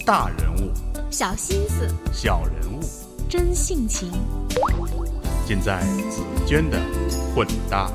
大人物、 小心思、 小人物、 真性情， 尽在紫娟的混搭。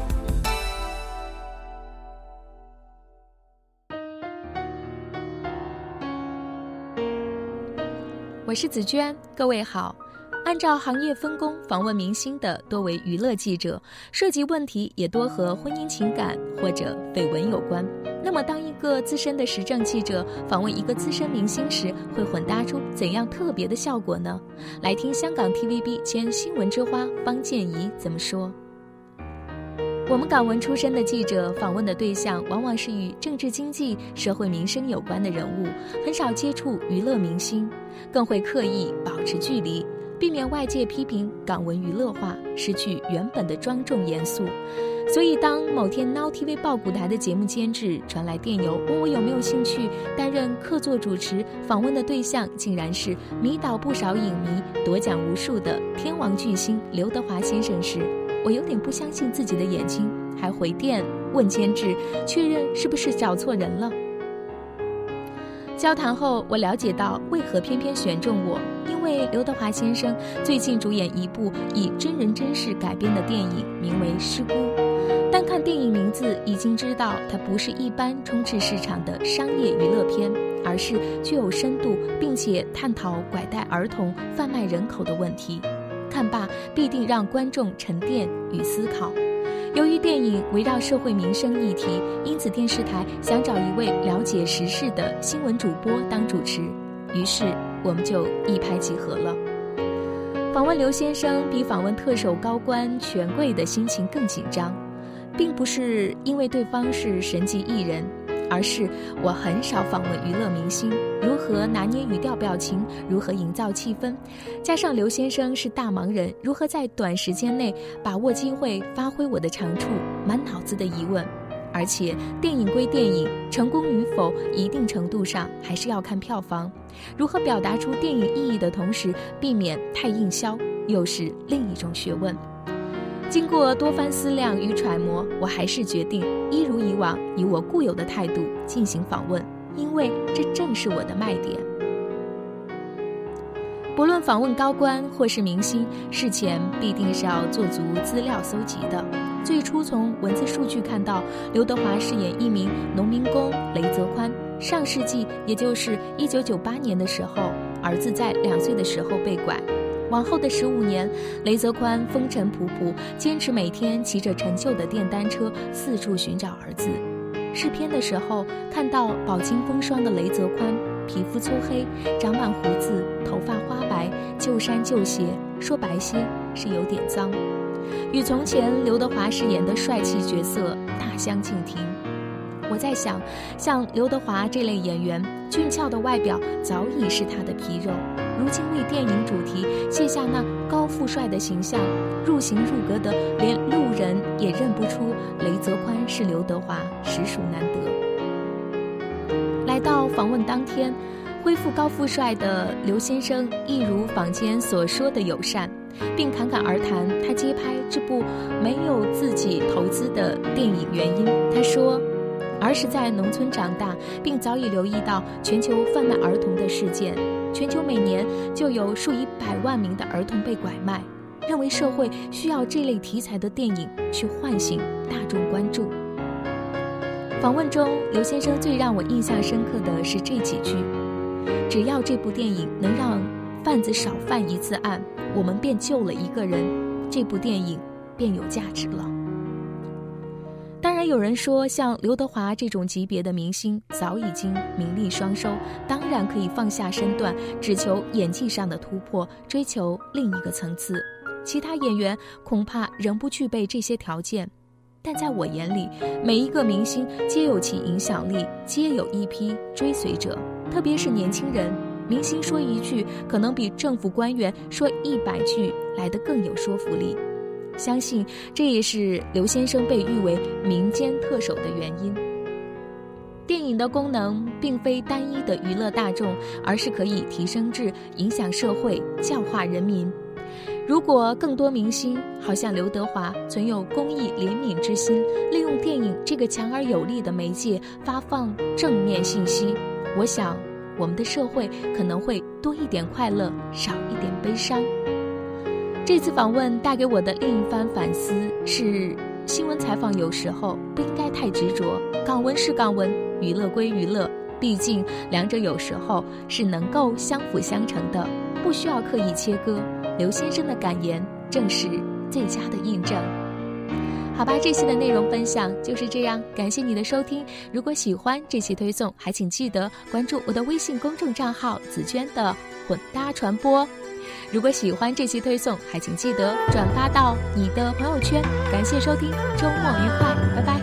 我是紫娟，各位好。按照行业分工，访问明星的多为娱乐记者，涉及问题也多和婚姻情感或者绯闻有关。那么当一个资深的时政记者访问一个资深明星时，会混搭出怎样特别的效果呢？来听香港 TVB 前新闻之花方建怡怎么说。我们港闻出身的记者访问的对象往往是与政治经济、社会民生有关的人物，很少接触娱乐明星，更会刻意保持距离，避免外界批评港闻娱乐化，失去原本的庄重严肃。所以当某天 Now TV 报股台的节目监制传来电邮，问我有没有兴趣担任客座主持，访问的对象竟然是迷倒不少影迷、夺奖无数的天王巨星刘德华先生时，我有点不相信自己的眼睛，还回电问监制确认是不是找错人了。交谈后，我了解到为何偏偏选中我，因为刘德华先生最近主演一部以真人真事改编的电影，名为《失孤》。单看电影名字已经知道它不是一般充斥市场的商业娱乐片，而是具有深度并且探讨拐带儿童、贩卖人口的问题。看罢必定让观众沉淀与思考。由于电影围绕社会民生议题，因此电视台想找一位了解时事的新闻主播当主持，于是我们就一拍即合了。访问刘先生比访问特首、高官、权贵的心情更紧张，并不是因为对方是神级艺人，而是我很少访问娱乐明星，如何拿捏语调表情，如何营造气氛，加上刘先生是大忙人，如何在短时间内把握机会发挥我的长处，满脑子的疑问。而且电影归电影，成功与否一定程度上还是要看票房，如何表达出电影意义的同时避免太硬销，又是另一种学问。经过多番思量与揣摩，我还是决定一如以往以我固有的态度进行访问，因为这正是我的卖点。不论访问高官或是明星，事前必定是要做足资料搜集的。最初从文字数据看到，刘德华饰演一名农民工雷泽宽，上世纪也就是1998年的时候，儿子在2岁的时候被拐。往后的15年，雷泽宽风尘仆仆，坚持每天骑着陈旧的电单车四处寻找儿子。试片的时候，看到饱经风霜的雷泽宽，皮肤粗黑，长满胡子，头发花白，旧衫旧鞋，说白些是有点脏，与从前刘德华饰演的帅气角色大相径庭。我在想，像刘德华这类演员，俊俏的外表早已是他的皮肉，如今为电影主题卸下那高富帅的形象，入型入格的连路人也认不出雷泽宽是刘德华，实属难得。来到访问当天，恢复高富帅的刘先生一如坊间所说的友善，并侃侃而谈他接拍这部没有自己投资的电影原因。他说，儿时在农村长大，并早已留意到全球贩卖儿童的事件，全球每年就有数以百万名的儿童被拐卖，认为社会需要这类题材的电影去唤醒大众关注。访问中，刘先生最让我印象深刻的是这几句：只要这部电影能让贩子少犯一次案，我们便救了一个人，这部电影便有价值了。当然有人说，像刘德华这种级别的明星早已经名利双收，当然可以放下身段，只求演技上的突破，追求另一个层次。其他演员恐怕仍不具备这些条件，但在我眼里，每一个明星皆有其影响力，皆有一批追随者，特别是年轻人，明星说一句，可能比政府官员说100句来得更有说服力。相信这也是刘先生被誉为民间特首的原因。电影的功能并非单一的娱乐大众，而是可以提升至影响社会、教化人民。如果更多明星好像刘德华存有公益怜悯之心，利用电影这个强而有力的媒介发放正面信息，我想我们的社会可能会多一点快乐，少一点悲伤。这次访问带给我的另一番反思是，新闻采访有时候不应该太执着，港闻是港闻，娱乐归娱乐，毕竟两者有时候是能够相辅相成的，不需要刻意切割。刘先生的感言正是最佳的印证。好吧，这期的内容分享就是这样，感谢你的收听。如果喜欢这期推送，还请记得关注我的微信公众账号紫娟的混搭传播。如果喜欢这期推送，还请记得转发到你的朋友圈。感谢收听，周末愉快，拜拜。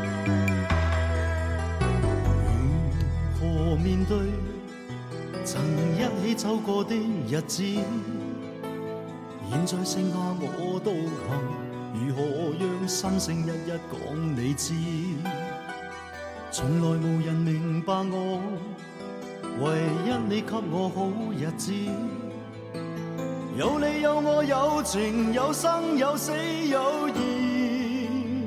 如何面對曾一起走過的日子，現在剩下我獨行，如何讓心聲一一講你知？從來無人明白我，唯一你給我好日子。有你有我有情有生有死有義，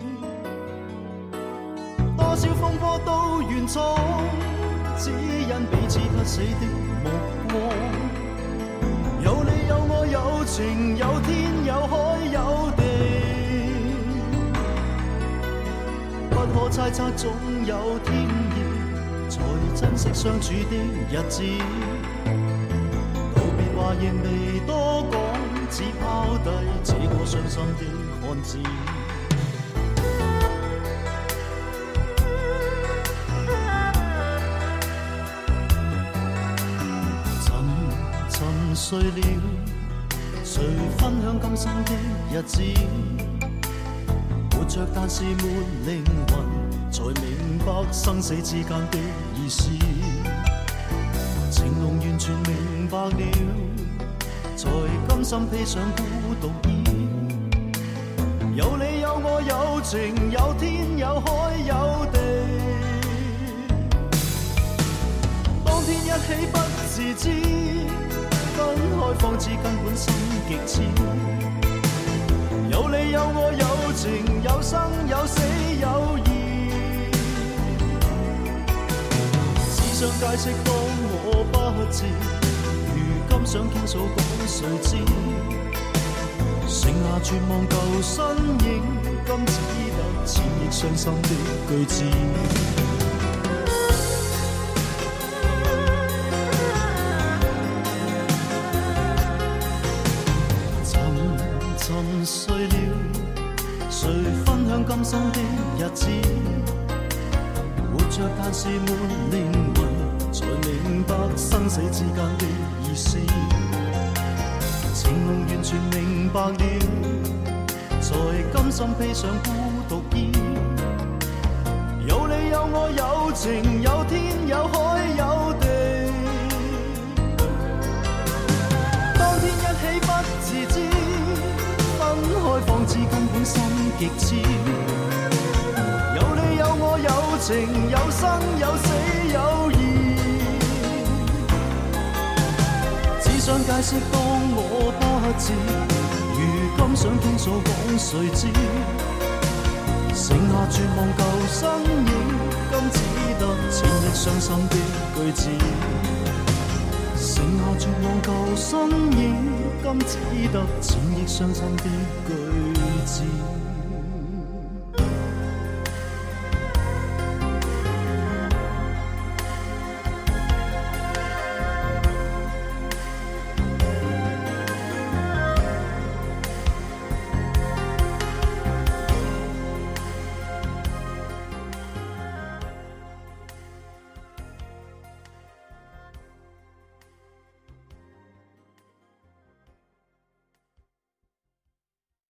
多少風波都願闖，只因彼此不死的目光。有你有我有情有天有海有地，不可猜測總有天意，才珍惜相處的日子。話仍未多講，只拋低這個傷心的漢子。沉睡了，誰分享今生的日子？活着但是沒靈魂，才明白生死之間的意思。情濃完全明白了，才甘心披上孤獨衣。有你有我有情有天有海有地，當天一起不自知，分開方知根本心極痴。有你有我有情有生有死有義，只想解釋當我不知，如今想傾訴講誰知？剩下絕望舊身影，今只得千億傷心的句子。沉睡了，誰分享今生的日子？活着但是沒靈魂，才明白生死之間的意思。情濃完全明白了，才甘心披上孤獨衣。有你有我有情有天有海有地，當天一起不自知，分開方知根本心極痴。有你有我有情有生有死有義，只想解釋當我不知，如今想傾訴講誰知？剩下絕望舊身影，今只得千億傷心的句子。剩下絕望舊身影，今只得千億傷心的句子。